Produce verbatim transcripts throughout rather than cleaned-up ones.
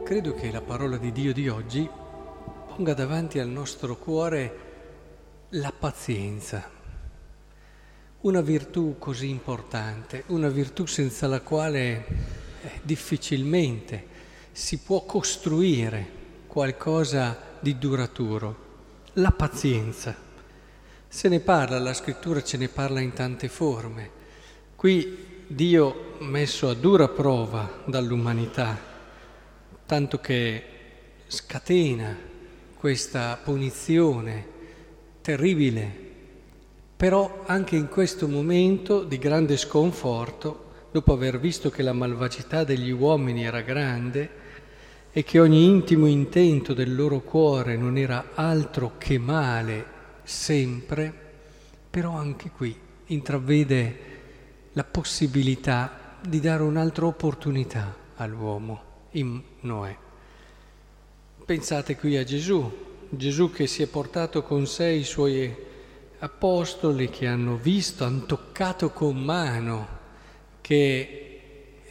credo che la parola di Dio di oggi ponga davanti al nostro cuore la pazienza, una virtù così importante, una virtù senza la quale eh, difficilmente si può costruire qualcosa di duraturo, la pazienza. Se ne parla, la scrittura ce ne parla in tante forme. Qui Dio, messo a dura prova dall'umanità, tanto che scatena questa punizione terribile, però anche in questo momento di grande sconforto, dopo aver visto che la malvagità degli uomini era grande e che ogni intimo intento del loro cuore non era altro che male sempre, però anche qui intravede la possibilità di dare un'altra opportunità all'uomo in Noè. Pensate qui a Gesù, Gesù che si è portato con sé i suoi apostoli, che hanno visto, hanno toccato con mano che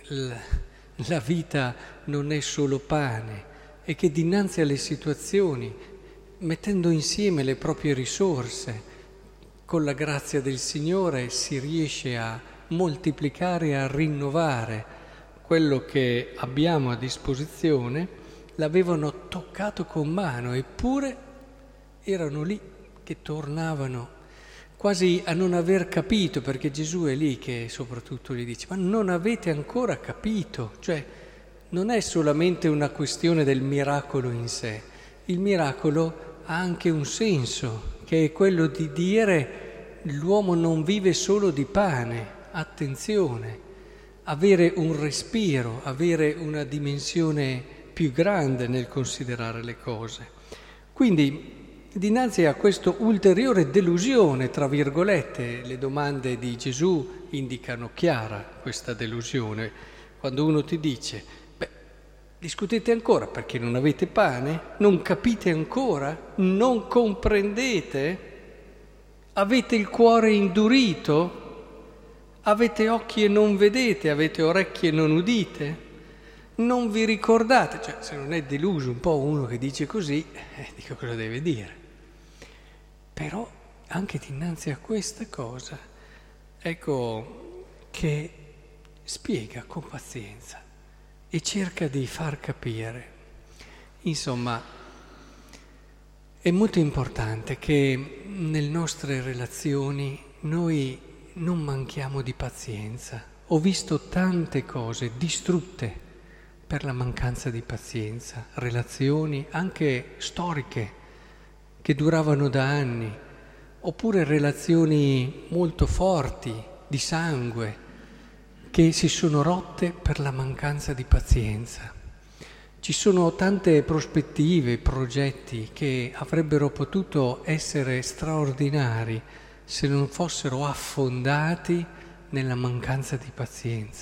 la vita non è solo pane e che dinanzi alle situazioni, mettendo insieme le proprie risorse, con la grazia del Signore si riesce a moltiplicare e a rinnovare quello che abbiamo a disposizione. L'avevano toccato con mano, eppure erano lì che tornavano quasi a non aver capito, perché Gesù è lì che soprattutto gli dice: ma non avete ancora capito? Cioè non è solamente una questione del miracolo in sé, il miracolo ha anche un senso, che è quello di dire l'uomo non vive solo di pane, attenzione, avere un respiro, avere una dimensione più grande nel considerare le cose. Quindi, dinanzi a questa ulteriore delusione, tra virgolette, le domande di Gesù indicano chiara questa delusione. Quando uno ti dice: beh, discutete ancora perché non avete pane? Non capite ancora? Non comprendete? Avete il cuore indurito? Avete occhi e non vedete? Avete orecchie e non udite? Non vi ricordate? Cioè, se non è deluso un po' uno che dice così, eh, dico cosa deve dire. Però anche dinanzi a questa cosa, ecco che spiega con pazienza e cerca di far capire. Insomma, è molto importante che nelle nostre relazioni noi non manchiamo di pazienza. Ho visto tante cose distrutte per la mancanza di pazienza, relazioni anche storiche che duravano da anni, oppure relazioni molto forti di sangue che si sono rotte per la mancanza di pazienza. Ci sono tante prospettive, progetti che avrebbero potuto essere straordinari se non fossero affondati nella mancanza di pazienza.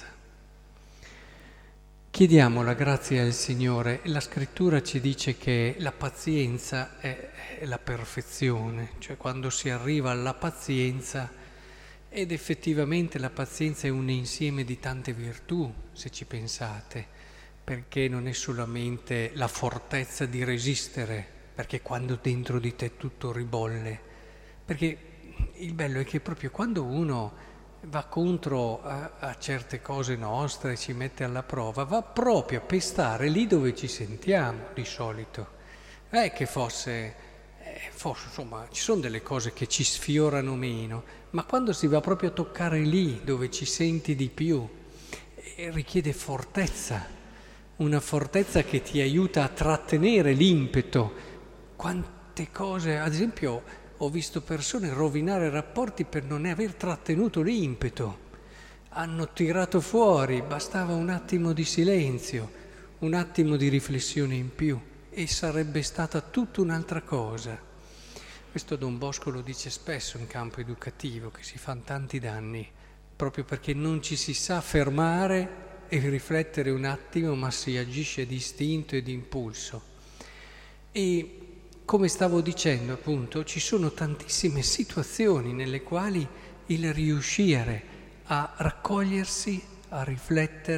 Chiediamo la grazia al Signore. La Scrittura ci dice che la pazienza è, è la perfezione, cioè quando si arriva alla pazienza, ed effettivamente la pazienza è un insieme di tante virtù, se ci pensate, perché non è solamente la fortezza di resistere, perché quando dentro di te tutto ribolle, perché il bello è che proprio quando uno va contro a, a certe cose nostre, ci mette alla prova, va proprio a pestare lì dove ci sentiamo di solito. Non è che fosse, eh, fosse, insomma, ci sono delle cose che ci sfiorano meno, ma quando si va proprio a toccare lì dove ci senti di più, eh, richiede fortezza, una fortezza che ti aiuta a trattenere l'impeto. Quante cose, ad esempio, ho visto persone rovinare rapporti per non aver trattenuto l'impeto. Hanno tirato fuori, bastava un attimo di silenzio, un attimo di riflessione in più e sarebbe stata tutta un'altra cosa. Questo Don Bosco lo dice spesso in campo educativo, che si fanno tanti danni, proprio perché non ci si sa fermare e riflettere un attimo, ma si agisce di istinto e di impulso. E come stavo dicendo, appunto, ci sono tantissime situazioni nelle quali il riuscire a raccogliersi, a riflettere,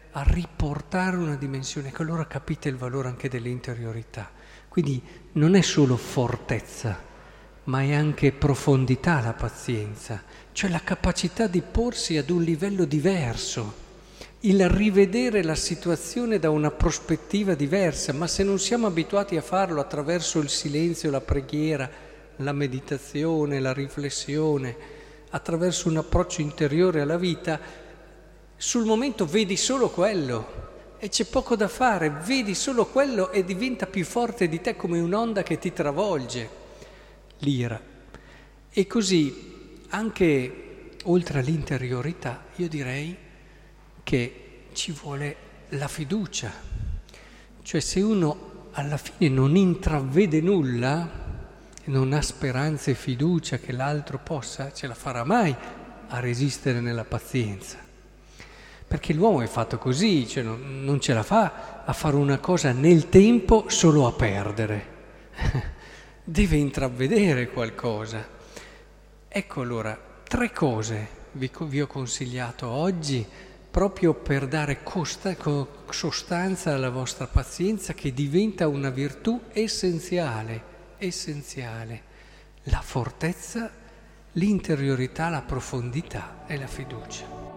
a riportare una dimensione, che allora capite il valore anche dell'interiorità. Quindi non è solo fortezza, ma è anche profondità la pazienza, cioè la capacità di porsi ad un livello diverso, il rivedere la situazione da una prospettiva diversa, ma se non siamo abituati a farlo attraverso il silenzio, la preghiera, la meditazione, la riflessione, attraverso un approccio interiore alla vita, sul momento vedi solo quello e c'è poco da fare, vedi solo quello e diventa più forte di te come un'onda che ti travolge, l'ira. E così, anche oltre all'interiorità, io direi che ci vuole la fiducia. Cioè se uno alla fine non intravede nulla, non ha speranza e fiducia che l'altro possa, ce la farà mai a resistere nella pazienza. Perché l'uomo è fatto così, cioè non, non ce la fa a fare una cosa nel tempo solo a perdere. Deve intravedere qualcosa. Ecco allora, tre cose vi, vi ho consigliato oggi proprio per dare costa, co, sostanza alla vostra pazienza, che diventa una virtù essenziale, essenziale. La fortezza, l'interiorità, la profondità e la fiducia.